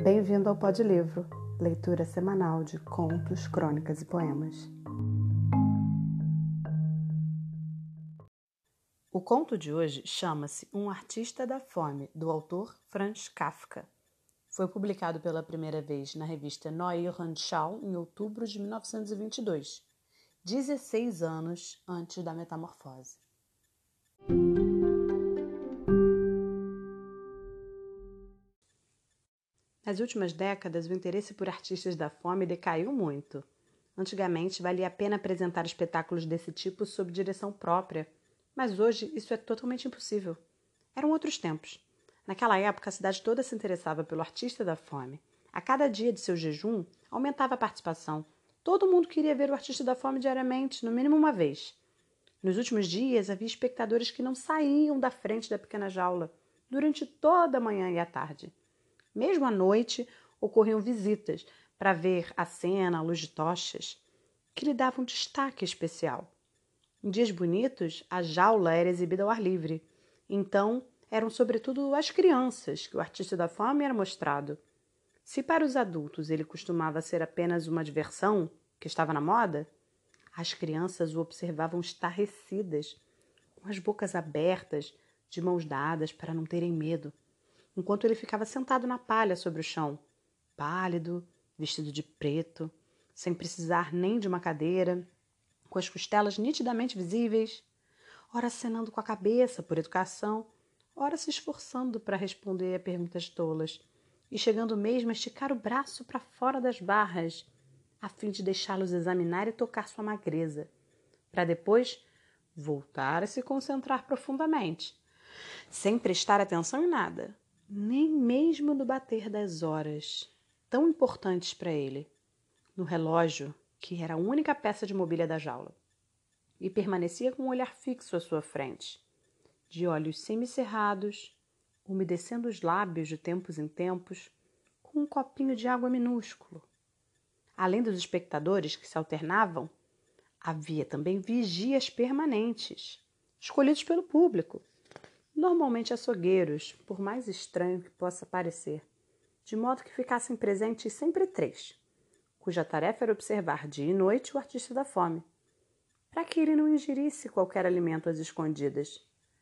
Bem-vindo ao Pod Livro, leitura semanal de contos, crônicas e poemas. O conto de hoje chama-se Um Artista da Fome, do autor Franz Kafka. Foi publicado pela primeira vez na revista Neue Rundschau em outubro de 1922, 16 anos antes da metamorfose. Nas últimas décadas, o interesse por artistas da fome decaiu muito. Antigamente, valia a pena apresentar espetáculos desse tipo sob direção própria, mas hoje isso é totalmente impossível. Eram outros tempos. Naquela época, a cidade toda se interessava pelo artista da fome. A cada dia de seu jejum, aumentava a participação. Todo mundo queria ver o artista da fome diariamente, no mínimo uma vez. Nos últimos dias, havia espectadores que não saíam da frente da pequena jaula, durante toda a manhã e a tarde. Mesmo à noite, ocorriam visitas para ver a cena à luz de tochas, que lhe davam destaque especial. Em dias bonitos, a jaula era exibida ao ar livre. Então, eram sobretudo as crianças que o artista da fome era mostrado. Se para os adultos ele costumava ser apenas uma diversão que estava na moda, as crianças o observavam estarrecidas, com as bocas abertas, de mãos dadas para não terem medo, enquanto ele ficava sentado na palha sobre o chão, pálido, vestido de preto, sem precisar nem de uma cadeira, com as costelas nitidamente visíveis, ora acenando com a cabeça por educação, ora se esforçando para responder a perguntas tolas, e chegando mesmo a esticar o braço para fora das barras, a fim de deixá-los examinar e tocar sua magreza, para depois voltar a se concentrar profundamente, sem prestar atenção em nada, nem mesmo no bater das horas, tão importantes para ele, no relógio, que era a única peça de mobília da jaula, e permanecia com um olhar fixo à sua frente, de olhos semicerrados, umedecendo os lábios de tempos em tempos, com um copinho de água minúsculo. Além dos espectadores que se alternavam, havia também vigias permanentes, escolhidos pelo público, normalmente açougueiros, por mais estranho que possa parecer, de modo que ficassem presentes sempre 3, cuja tarefa era observar dia e noite o artista da fome, para que ele não ingerisse qualquer alimento às escondidas.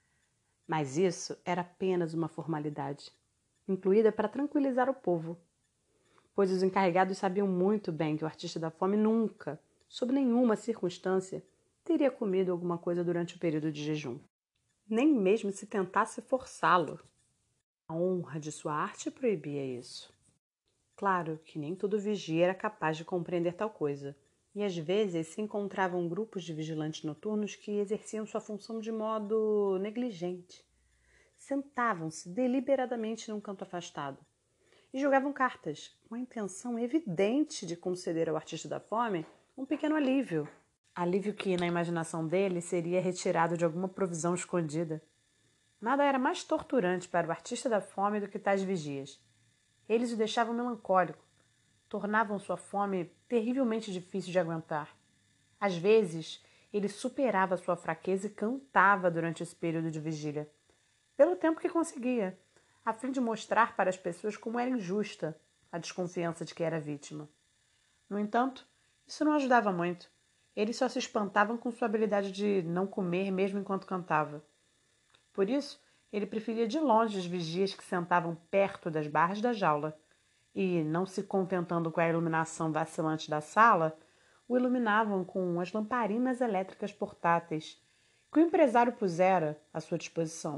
Mas isso era apenas uma formalidade, incluída para tranquilizar o povo, pois os encarregados sabiam muito bem que o artista da fome nunca, sob nenhuma circunstância, teria comido alguma coisa durante o período de jejum. Nem mesmo se tentasse forçá-lo. A honra de sua arte proibia isso. Claro que nem todo vigia era capaz de compreender tal coisa, e às vezes se encontravam grupos de vigilantes noturnos que exerciam sua função de modo negligente. Sentavam-se deliberadamente num canto afastado e jogavam cartas, com a intenção evidente de conceder ao artista da fome um pequeno alívio. Alívio que, na imaginação dele, seria retirado de alguma provisão escondida. Nada era mais torturante para o artista da fome do que tais vigias. Eles o deixavam melancólico, tornavam sua fome terrivelmente difícil de aguentar. Às vezes, ele superava sua fraqueza e cantava durante esse período de vigília, pelo tempo que conseguia, a fim de mostrar para as pessoas como era injusta a desconfiança de que era vítima. No entanto, isso não ajudava muito. Eles só se espantavam com sua habilidade de não comer mesmo enquanto cantava. Por isso, ele preferia de longe os vigias que sentavam perto das barras da jaula e, não se contentando com a iluminação vacilante da sala, o iluminavam com as lamparinas elétricas portáteis que o empresário pusera à sua disposição.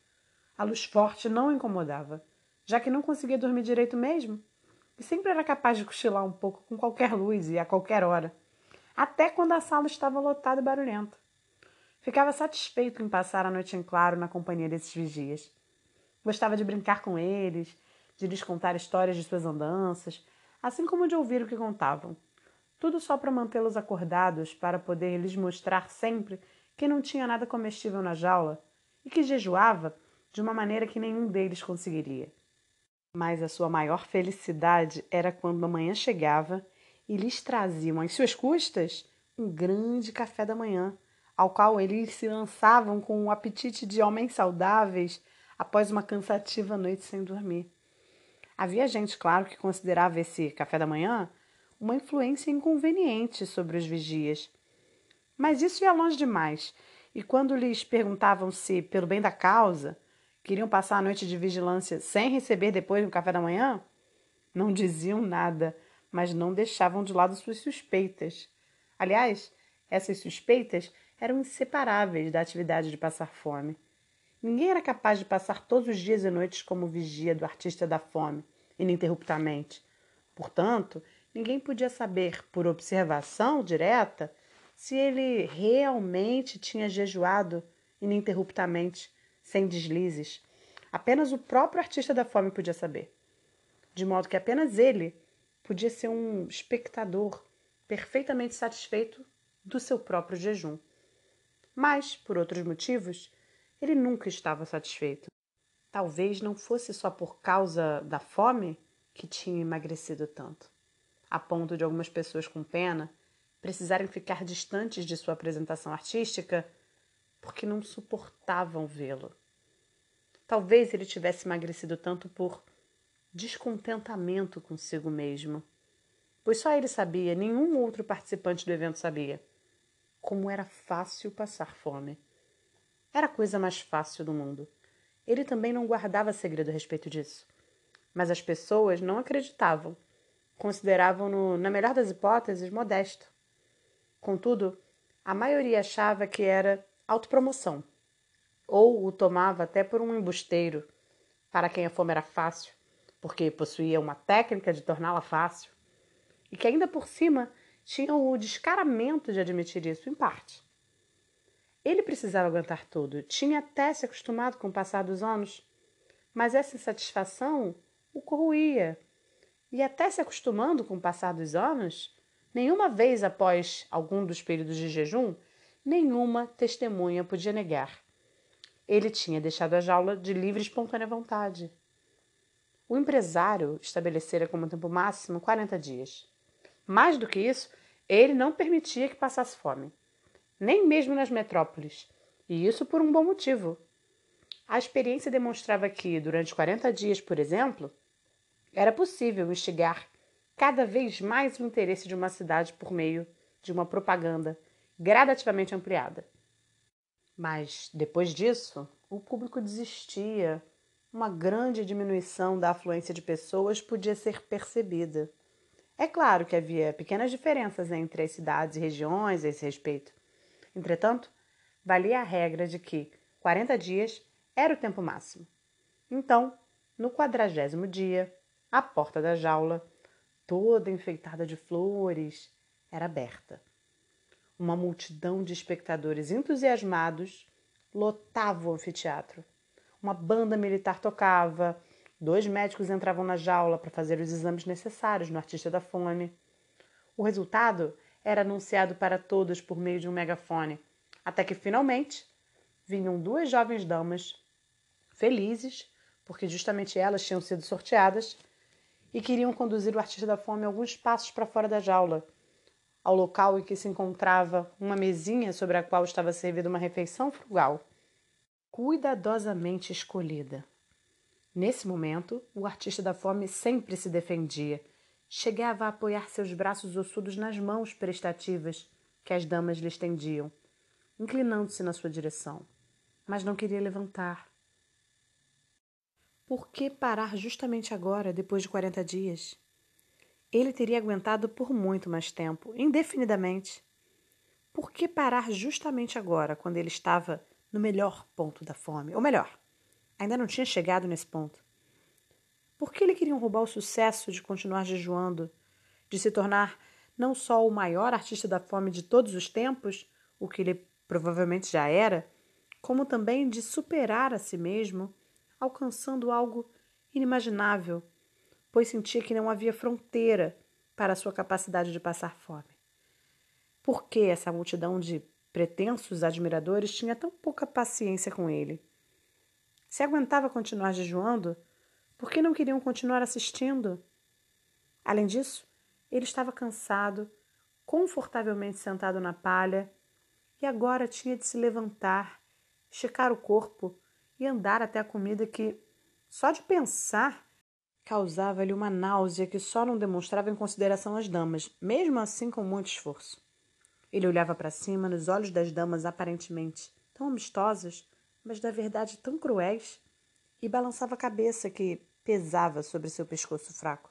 A luz forte não o incomodava, já que não conseguia dormir direito mesmo, e sempre era capaz de cochilar um pouco com qualquer luz e a qualquer hora, até quando a sala estava lotada e barulhenta. Ficava satisfeito em passar a noite em claro na companhia desses vigias. Gostava de brincar com eles, de lhes contar histórias de suas andanças, assim como de ouvir o que contavam. Tudo só para mantê-los acordados, para poder lhes mostrar sempre que não tinha nada comestível na jaula e que jejuava de uma maneira que nenhum deles conseguiria. Mas a sua maior felicidade era quando a manhã chegava e lhes traziam, às suas custas, um grande café da manhã, ao qual eles se lançavam com o apetite de homens saudáveis após uma cansativa noite sem dormir. Havia gente, claro, que considerava esse café da manhã uma influência inconveniente sobre os vigias. Mas isso ia longe demais, e quando lhes perguntavam se, pelo bem da causa, queriam passar a noite de vigilância sem receber depois um café da manhã, não diziam nada, mas não deixavam de lado suas suspeitas. Aliás, essas suspeitas eram inseparáveis da atividade de passar fome. Ninguém era capaz de passar todos os dias e noites como vigia do artista da fome, ininterruptamente. Portanto, ninguém podia saber, por observação direta, se ele realmente tinha jejuado ininterruptamente, sem deslizes. Apenas o próprio artista da fome podia saber. De modo que apenas ele podia ser um espectador perfeitamente satisfeito do seu próprio jejum. Mas, por outros motivos, ele nunca estava satisfeito. Talvez não fosse só por causa da fome que tinha emagrecido tanto, a ponto de algumas pessoas com pena precisarem ficar distantes de sua apresentação artística porque não suportavam vê-lo. Talvez ele tivesse emagrecido tanto por descontentamento consigo mesmo, pois só ele sabia, nenhum outro participante do evento sabia, como era fácil passar fome. Era a coisa mais fácil do mundo. Ele também não guardava segredo a respeito disso. Mas as pessoas não acreditavam. Consideravam-no, na melhor das hipóteses, modesto. Contudo, a maioria achava que era autopromoção. Ou o tomava até por um embusteiro, para quem a fome era fácil, porque possuía uma técnica de torná-la fácil. E que ainda por cima tinha o descaramento de admitir isso, em parte. Ele precisava aguentar tudo, tinha até se acostumado com o passar dos anos, mas essa insatisfação o corroía. E até se acostumando com o passar dos anos, nenhuma vez após algum dos períodos de jejum, nenhuma testemunha podia negar. Ele tinha deixado a jaula de livre e espontânea vontade. O empresário estabelecera como tempo máximo 40 dias. Mais do que isso, ele não permitia que passasse fome. Nem mesmo nas metrópoles, e isso por um bom motivo. A experiência demonstrava que, durante 40 dias, por exemplo, era possível instigar cada vez mais o interesse de uma cidade por meio de uma propaganda gradativamente ampliada. Mas, depois disso, o público desistia. Uma grande diminuição da afluência de pessoas podia ser percebida. É claro que havia pequenas diferenças entre as cidades e regiões a esse respeito. Entretanto, valia a regra de que 40 dias era o tempo máximo. Então, no 40º dia, a porta da jaula, toda enfeitada de flores, era aberta. Uma multidão de espectadores entusiasmados lotava o anfiteatro. Uma banda militar tocava, 2 médicos entravam na jaula para fazer os exames necessários no artista da fome. O resultado era anunciado para todos por meio de um megafone, até que finalmente vinham 2 jovens damas, felizes, porque justamente elas tinham sido sorteadas, e queriam conduzir o artista da fome alguns passos para fora da jaula, ao local em que se encontrava uma mesinha sobre a qual estava servida uma refeição frugal, cuidadosamente escolhida. Nesse momento, o artista da fome sempre se defendia. Chegava a apoiar seus braços ossudos nas mãos prestativas que as damas lhe estendiam, inclinando-se na sua direção, mas não queria levantar. Por que parar justamente agora, depois de 40 dias? Ele teria aguentado por muito mais tempo, indefinidamente. Por que parar justamente agora, quando ele estava no melhor ponto da fome? Ou melhor, ainda não tinha chegado nesse ponto. Por que ele queria roubar o sucesso de continuar jejuando, de se tornar não só o maior artista da fome de todos os tempos, o que ele provavelmente já era, como também de superar a si mesmo, alcançando algo inimaginável, pois sentia que não havia fronteira para a sua capacidade de passar fome? Por que essa multidão de pretensos admiradores tinha tão pouca paciência com ele? Se aguentava continuar jejuando, por que não queriam continuar assistindo? Além disso, ele estava cansado, confortavelmente sentado na palha, e agora tinha de se levantar, esticar o corpo e andar até a comida que, só de pensar, Causava-lhe uma náusea que só não demonstrava em consideração às damas, mesmo assim com muito esforço. Ele olhava para cima nos olhos das damas aparentemente tão amistosas, mas da verdade tão cruéis, e balançava a cabeça que pesava sobre seu pescoço fraco.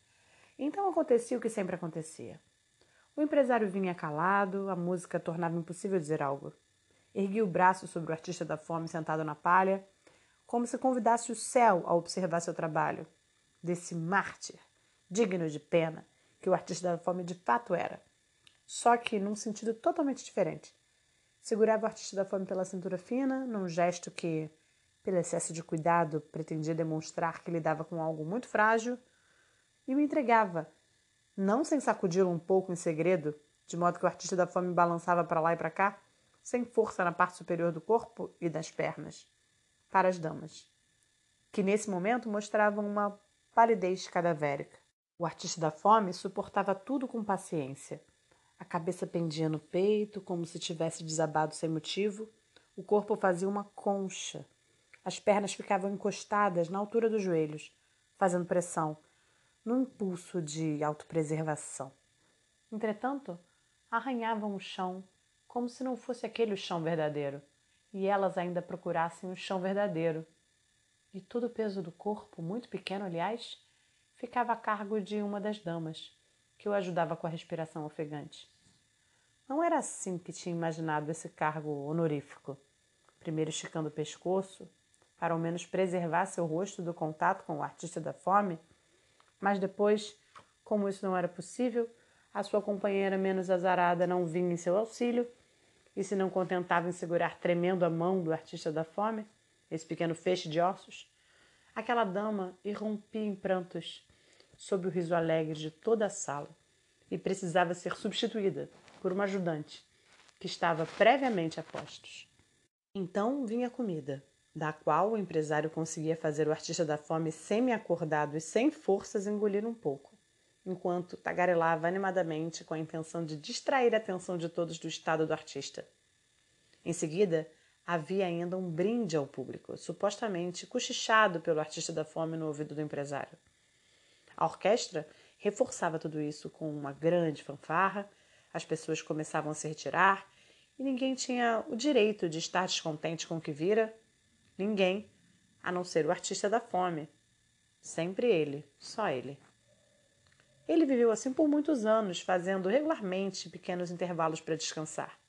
Então acontecia o que sempre acontecia. O empresário vinha calado, a música tornava impossível dizer algo. Erguia o braço sobre o artista da fome sentado na palha, como se convidasse o céu a observar seu trabalho. Desse mártir, digno de pena, que o artista da fome de fato era. Só que num sentido totalmente diferente. Segurava o artista da fome pela cintura fina, num gesto que, pelo excesso de cuidado, pretendia demonstrar que lidava com algo muito frágil, e o entregava, não sem sacudi-lo um pouco em segredo, de modo que o artista da fome balançava para lá e para cá, sem força na parte superior do corpo e das pernas, para as damas, que nesse momento mostravam uma palidez cadavérica. O artista da fome suportava tudo com paciência. A cabeça pendia no peito, como se tivesse desabado sem motivo. O corpo fazia uma concha. As pernas ficavam encostadas na altura dos joelhos, fazendo pressão, num impulso de autopreservação. Entretanto, arranhavam o chão, como se não fosse aquele o chão verdadeiro, e elas ainda procurassem o chão verdadeiro. E todo o peso do corpo, muito pequeno, aliás, ficava a cargo de uma das damas, que o ajudava com a respiração ofegante. Não era assim que tinha imaginado esse cargo honorífico. Primeiro esticando o pescoço, para ao menos preservar seu rosto do contato com o artista da fome, mas depois, como isso não era possível, a sua companheira menos azarada não vinha em seu auxílio e se não contentava em segurar tremendo a mão do artista da fome, esse pequeno feixe de ossos, aquela dama irrompia em prantos sob o riso alegre de toda a sala e precisava ser substituída por uma ajudante que estava previamente a postos. Então vinha a comida, da qual o empresário conseguia fazer o artista da fome semi-acordado e sem forças engolir um pouco, enquanto tagarelava animadamente com a intenção de distrair a atenção de todos do estado do artista. Em seguida, havia ainda um brinde ao público, supostamente cochichado pelo artista da fome no ouvido do empresário. A orquestra reforçava tudo isso com uma grande fanfarra, as pessoas começavam a se retirar e ninguém tinha o direito de estar descontente com o que vira. Ninguém, a não ser o artista da fome. Sempre ele, só ele. Ele viveu assim por muitos anos, fazendo regularmente pequenos intervalos para descansar.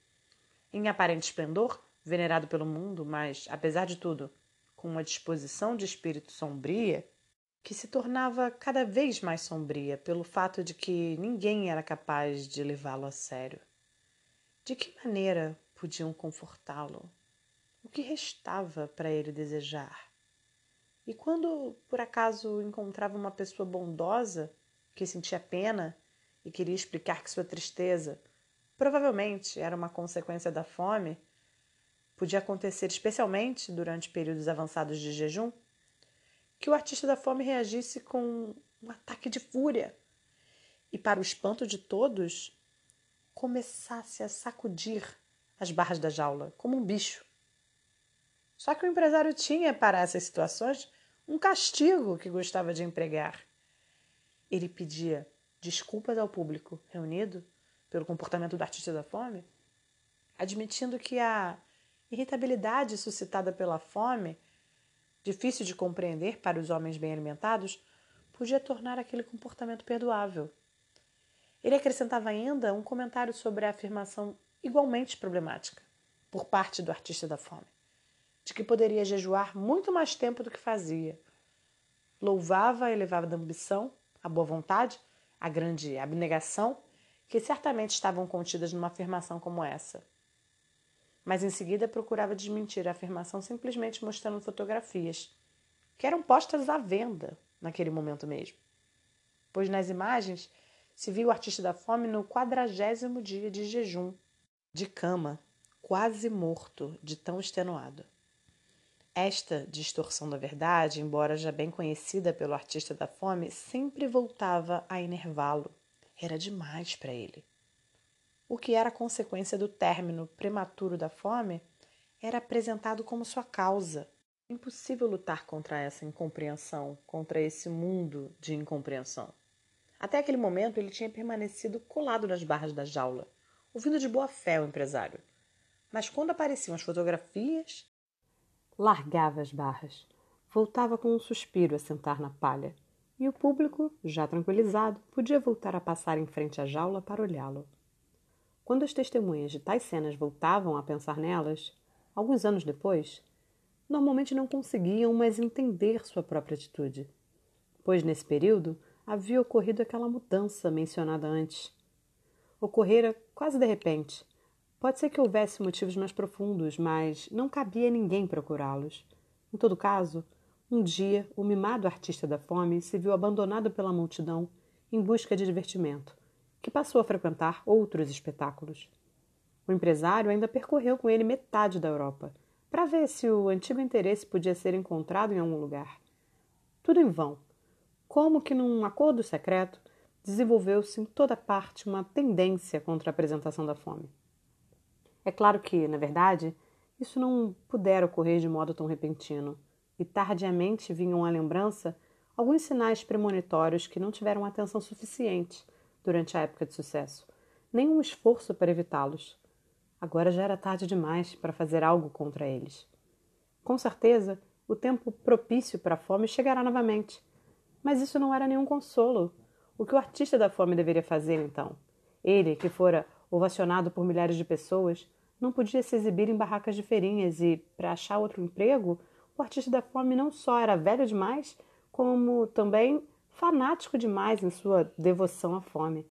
Em aparente esplendor, venerado pelo mundo, mas, apesar de tudo, com uma disposição de espírito sombria, que se tornava cada vez mais sombria pelo fato de que ninguém era capaz de levá-lo a sério. De que maneira podiam confortá-lo? O que restava para ele desejar? E quando, por acaso, encontrava uma pessoa bondosa que sentia pena e queria explicar que sua tristeza provavelmente era uma consequência da fome, podia acontecer especialmente durante períodos avançados de jejum, que o artista da fome reagisse com um ataque de fúria e, para o espanto de todos, começasse a sacudir as barras da jaula, como um bicho. Só que o empresário tinha, para essas situações, um castigo que gostava de empregar. Ele pedia desculpas ao público reunido pelo comportamento do artista da fome, admitindo que a irritabilidade suscitada pela fome, difícil de compreender para os homens bem alimentados, podia tornar aquele comportamento perdoável. Ele acrescentava ainda um comentário sobre a afirmação igualmente problemática, por parte do artista da fome, de que poderia jejuar muito mais tempo do que fazia. Louvava a elevada ambição, a boa vontade, a grande abnegação, que certamente estavam contidas numa afirmação como essa. Mas em seguida procurava desmentir a afirmação simplesmente mostrando fotografias, que eram postas à venda naquele momento mesmo. Pois nas imagens se viu o artista da fome no 40º dia de jejum, de cama, quase morto de tão extenuado. Esta distorção da verdade, embora já bem conhecida pelo artista da fome, sempre voltava a enervá-lo. Era demais para ele. O que era consequência do término prematuro da fome era apresentado como sua causa. Impossível lutar contra essa incompreensão, contra esse mundo de incompreensão. Até aquele momento ele tinha permanecido colado nas barras da jaula, ouvindo de boa fé o empresário. Mas quando apareciam as fotografias, Largava as barras. Voltava com um suspiro a sentar na palha. E o público, já tranquilizado, podia voltar a passar em frente à jaula para olhá-lo. Quando as testemunhas de tais cenas voltavam a pensar nelas, alguns anos depois, normalmente não conseguiam mais entender sua própria atitude, pois nesse período havia ocorrido aquela mudança mencionada antes. Ocorrera quase de repente. Pode ser que houvesse motivos mais profundos, mas não cabia a ninguém procurá-los. Em todo caso, um dia o mimado artista da fome se viu abandonado pela multidão em busca de divertimento, que passou a frequentar outros espetáculos. O empresário ainda percorreu com ele metade da Europa, para ver se o antigo interesse podia ser encontrado em algum lugar. Tudo em vão. Como que num acordo secreto, desenvolveu-se em toda parte uma tendência contra a apresentação da fome. É claro que, na verdade, isso não pudera ocorrer de modo tão repentino, e tardiamente vinham à lembrança alguns sinais premonitórios que não tiveram atenção suficiente durante a época de sucesso, nenhum esforço para evitá-los. Agora já era tarde demais para fazer algo contra eles. Com certeza, o tempo propício para a fome chegará novamente. Mas isso não era nenhum consolo. O que o artista da fome deveria fazer, então? Ele, que fora ovacionado por milhares de pessoas, não podia se exibir em barracas de feirinhas e, para achar outro emprego, o artista da fome não só era velho demais, como também fanático demais em sua devoção à fome.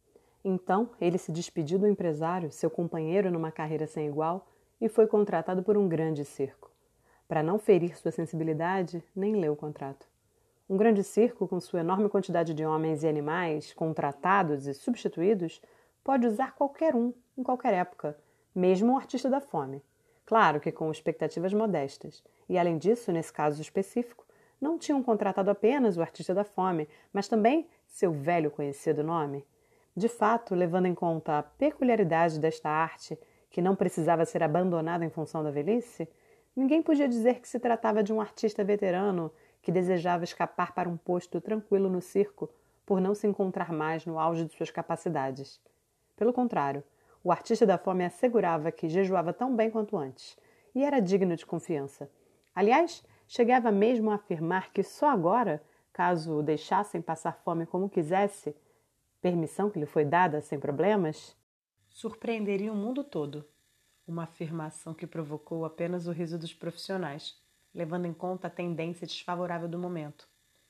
Então, ele se despediu do empresário, seu companheiro numa carreira sem igual, e foi contratado por um grande circo. Para não ferir sua sensibilidade, nem leu o contrato. Um grande circo, com sua enorme quantidade de homens e animais, contratados e substituídos, pode usar qualquer um, em qualquer época, mesmo um artista da fome. Claro que com expectativas modestas. E, além disso, nesse caso específico, não tinham contratado apenas o artista da fome, mas também seu velho conhecido nome. De fato, levando em conta a peculiaridade desta arte, que não precisava ser abandonada em função da velhice, ninguém podia dizer que se tratava de um artista veterano que desejava escapar para um posto tranquilo no circo por não se encontrar mais no auge de suas capacidades. Pelo contrário, o artista da fome assegurava que jejuava tão bem quanto antes, e era digno de confiança. Aliás, chegava mesmo a afirmar que só agora, caso o deixassem passar fome como quisesse, permissão que lhe foi dada sem problemas, surpreenderia o mundo todo. Uma afirmação que provocou apenas o riso dos profissionais, levando em conta a tendência desfavorável do momento,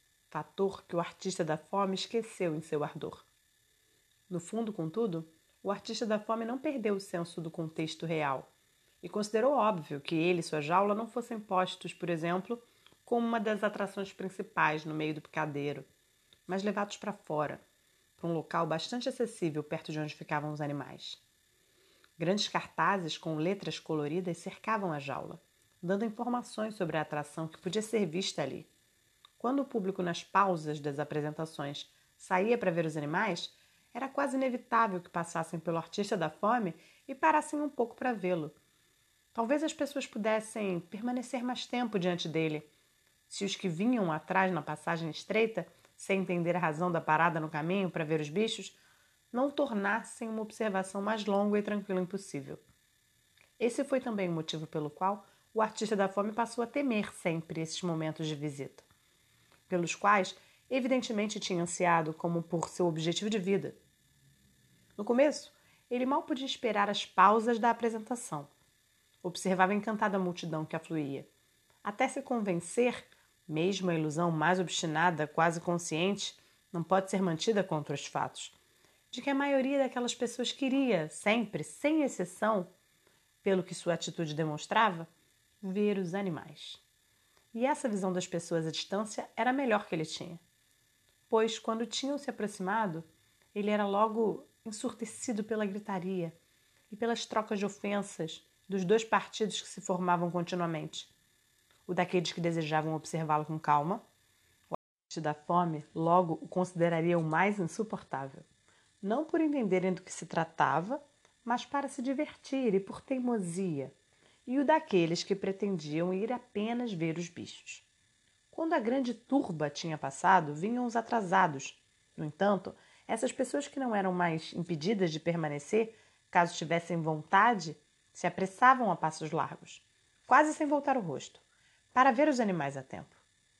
fator que o artista da fome esqueceu em seu ardor. No fundo, contudo, o artista da fome não perdeu o senso do contexto real e considerou óbvio que ele e sua jaula não fossem postos, por exemplo, como uma das atrações principais no meio do picadeiro, mas levados para fora, para um local bastante acessível perto de onde ficavam os animais. Grandes cartazes com letras coloridas cercavam a jaula, dando informações sobre a atração que podia ser vista ali. Quando o público, nas pausas das apresentações, saía para ver os animais, era quase inevitável que passassem pelo artista da fome e parassem um pouco para vê-lo. Talvez as pessoas pudessem permanecer mais tempo diante dele, se os que vinham atrás na passagem estreita, sem entender a razão da parada no caminho para ver os bichos, não tornassem uma observação mais longa e tranquila impossível. Esse foi também o motivo pelo qual o artista da fome passou a temer sempre esses momentos de visita, pelos quais evidentemente tinha ansiado como por seu objetivo de vida. No começo, ele mal podia esperar as pausas da apresentação. Observava encantada a multidão que afluía, até se convencer, mesmo a ilusão mais obstinada, quase consciente, não pode ser mantida contra os fatos, de que a maioria daquelas pessoas queria, sempre, sem exceção, pelo que sua atitude demonstrava, ver os animais. E essa visão das pessoas à distância era a melhor que ele tinha, pois, quando tinham se aproximado, ele era logo ensurdecido pela gritaria e pelas trocas de ofensas dos dois partidos que se formavam continuamente. O daqueles que desejavam observá-lo com calma, o artista da fome logo o consideraria o mais insuportável, não por entenderem do que se tratava, mas para se divertir e por teimosia, e o daqueles que pretendiam ir apenas ver os bichos. Quando a grande turba tinha passado, vinham os atrasados. No entanto, essas pessoas que não eram mais impedidas de permanecer, caso tivessem vontade, se apressavam a passos largos, quase sem voltar o rosto, para ver os animais a tempo.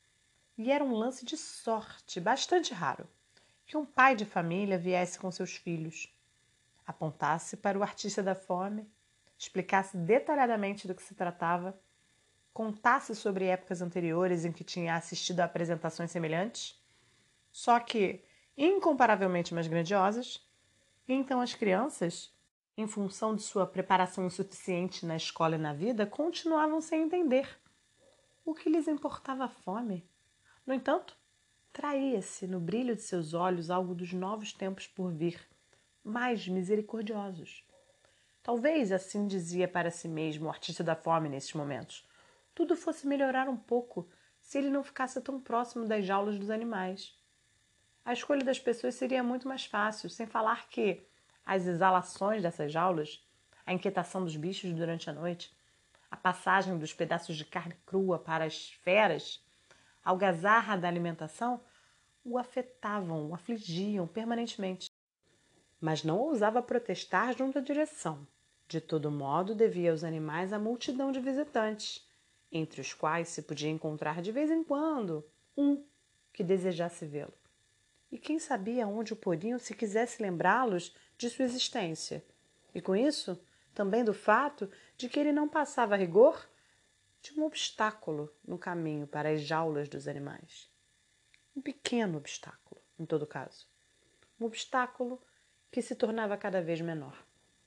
E era um lance de sorte bastante raro que um pai de família viesse com seus filhos, apontasse para o artista da fome, explicasse detalhadamente do que se tratava, contasse sobre épocas anteriores em que tinha assistido a apresentações semelhantes, só que incomparavelmente mais grandiosas, e então as crianças, em função de sua preparação insuficiente na escola e na vida, continuavam sem entender. O que lhes importava a fome? No entanto, traía-se no brilho de seus olhos algo dos novos tempos por vir, mais misericordiosos. Talvez, assim dizia para si mesmo o artista da fome nesses momentos, tudo fosse melhorar um pouco se ele não ficasse tão próximo das jaulas dos animais. A escolha das pessoas seria muito mais fácil, sem falar que as exalações dessas jaulas, a inquietação dos bichos durante a noite, a passagem dos pedaços de carne crua para as feras, a algazarra da alimentação, o afetavam, o afligiam permanentemente. Mas não ousava protestar junto à direção. De todo modo, devia aos animais a multidão de visitantes, entre os quais se podia encontrar de vez em quando um que desejasse vê-lo. E quem sabia onde o poriam se quisesse lembrá-los de sua existência. E com isso, também do fato de que ele não passava a rigor de um obstáculo no caminho para as jaulas dos animais. Um pequeno obstáculo, em todo caso. Um obstáculo que se tornava cada vez menor.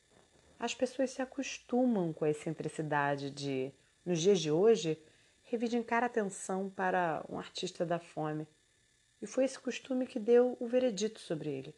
As pessoas se acostumam com a excentricidade de, nos dias de hoje, reivindicar atenção para um artista da fome. E foi esse costume que deu o veredito sobre ele.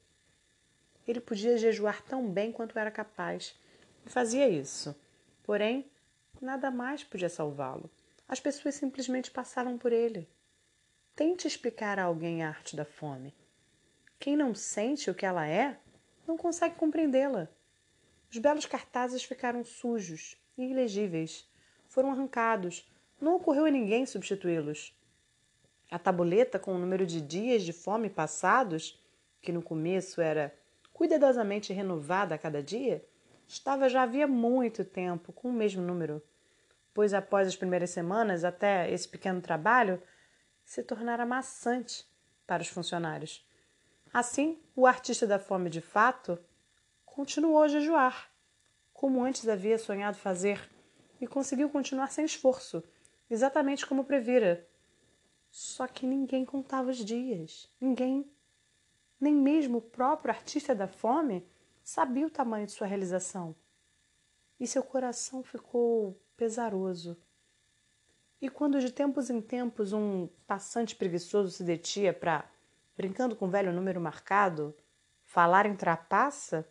Ele podia jejuar tão bem quanto era capaz, e fazia isso. Porém, nada mais podia salvá-lo. As pessoas simplesmente passavam por ele. Tente explicar a alguém a arte da fome. Quem não sente o que ela é, não consegue compreendê-la. Os belos cartazes ficaram sujos e ilegíveis. Foram arrancados. Não ocorreu a ninguém substituí-los. A tabuleta com o número de dias de fome passados, que no começo era cuidadosamente renovada a cada dia, estava já havia muito tempo com o mesmo número, pois após as primeiras semanas, até esse pequeno trabalho se tornara maçante para os funcionários. Assim, o artista da fome de fato continuou a jejuar, como antes havia sonhado fazer, e conseguiu continuar sem esforço, exatamente como previra. Só que ninguém contava os dias. Ninguém, nem mesmo o próprio artista da fome, sabia o tamanho de sua realização. E seu coração ficou pesaroso. E quando de tempos em tempos um passante preguiçoso se detia para, brincando com o velho número marcado, falar em trapaça,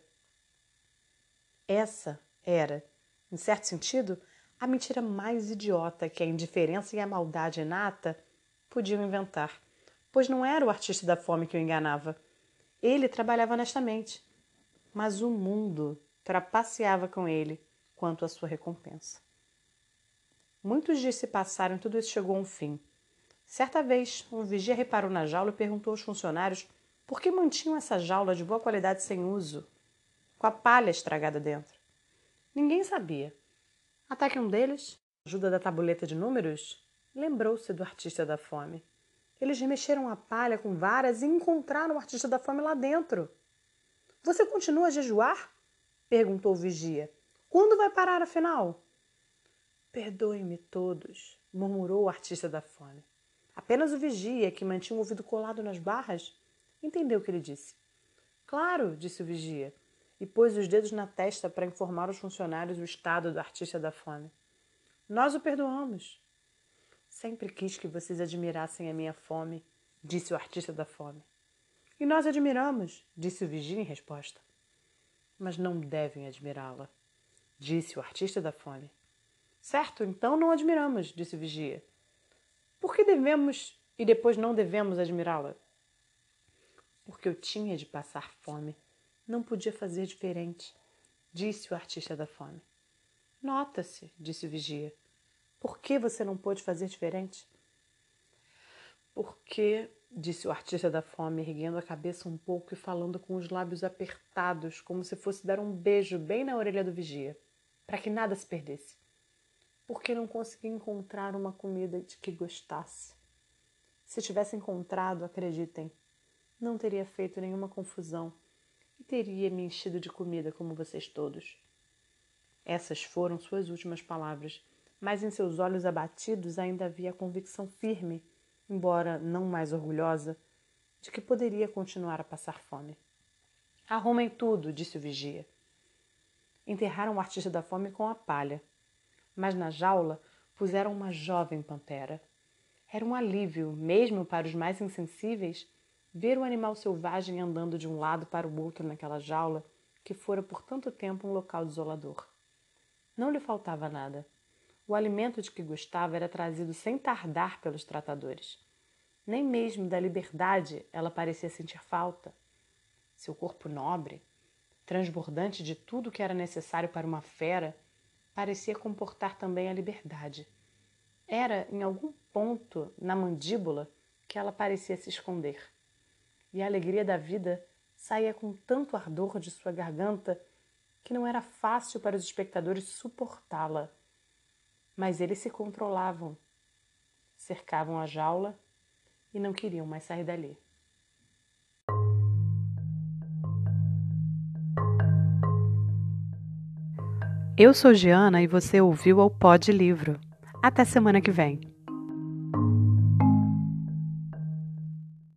essa era, em certo sentido, a mentira mais idiota que a indiferença e a maldade inata podiam inventar, pois não era o artista da fome que o enganava. Ele trabalhava honestamente, mas o mundo trapaceava com ele quanto à sua recompensa. Muitos dias se passaram e tudo isso chegou a um fim. Certa vez, um vigia reparou na jaula e perguntou aos funcionários por que mantinham essa jaula de boa qualidade sem uso, com a palha estragada dentro. Ninguém sabia. Até que um deles, com a ajuda da tabuleta de números, lembrou-se do artista da fome. Eles remexeram a palha com varas e encontraram o artista da fome lá dentro. — Você continua a jejuar? Perguntou o vigia. — Quando vai parar, afinal? — Perdoem-me todos, murmurou o artista da fome. Apenas o vigia, que mantinha o ouvido colado nas barras, entendeu o que ele disse. — Claro, disse o vigia, e pôs os dedos na testa para informar os funcionários o estado do artista da fome. — Nós o perdoamos. — Sempre quis que vocês admirassem a minha fome, disse o artista da fome. — E nós admiramos, disse o vigia em resposta. — Mas não devem admirá-la, disse o artista da fome. — Certo, então não admiramos, disse o vigia. — Por que devemos e depois não devemos admirá-la? — Porque eu tinha de passar fome. Não podia fazer diferente, disse o artista da fome. Nota-se, disse o vigia. Por que você não pôde fazer diferente? Porque, disse o artista da fome, erguendo a cabeça um pouco e falando com os lábios apertados, como se fosse dar um beijo bem na orelha do vigia, para que nada se perdesse. Porque não consegui encontrar uma comida de que gostasse. Se tivesse encontrado, acreditem, não teria feito nenhuma confusão e teria me enchido de comida como vocês todos. Essas foram suas últimas palavras, mas em seus olhos abatidos ainda havia a convicção firme, embora não mais orgulhosa, de que poderia continuar a passar fome. Arrumem tudo, disse o vigia. Enterraram o artista da fome com a palha, mas na jaula puseram uma jovem pantera. Era um alívio, mesmo para os mais insensíveis, ver o animal selvagem andando de um lado para o outro naquela jaula que fora por tanto tempo um local desolador. Não lhe faltava nada. O alimento de que gostava era trazido sem tardar pelos tratadores. Nem mesmo da liberdade ela parecia sentir falta. Seu corpo nobre, transbordante de tudo que era necessário para uma fera, parecia comportar também a liberdade. Era, em algum ponto, na mandíbula, que ela parecia se esconder. E a alegria da vida saía com tanto ardor de sua garganta que não era fácil para os espectadores suportá-la. Mas eles se controlavam, cercavam a jaula e não queriam mais sair dali. Eu sou Giana e você ouviu ao Pod Livro. Até semana que vem.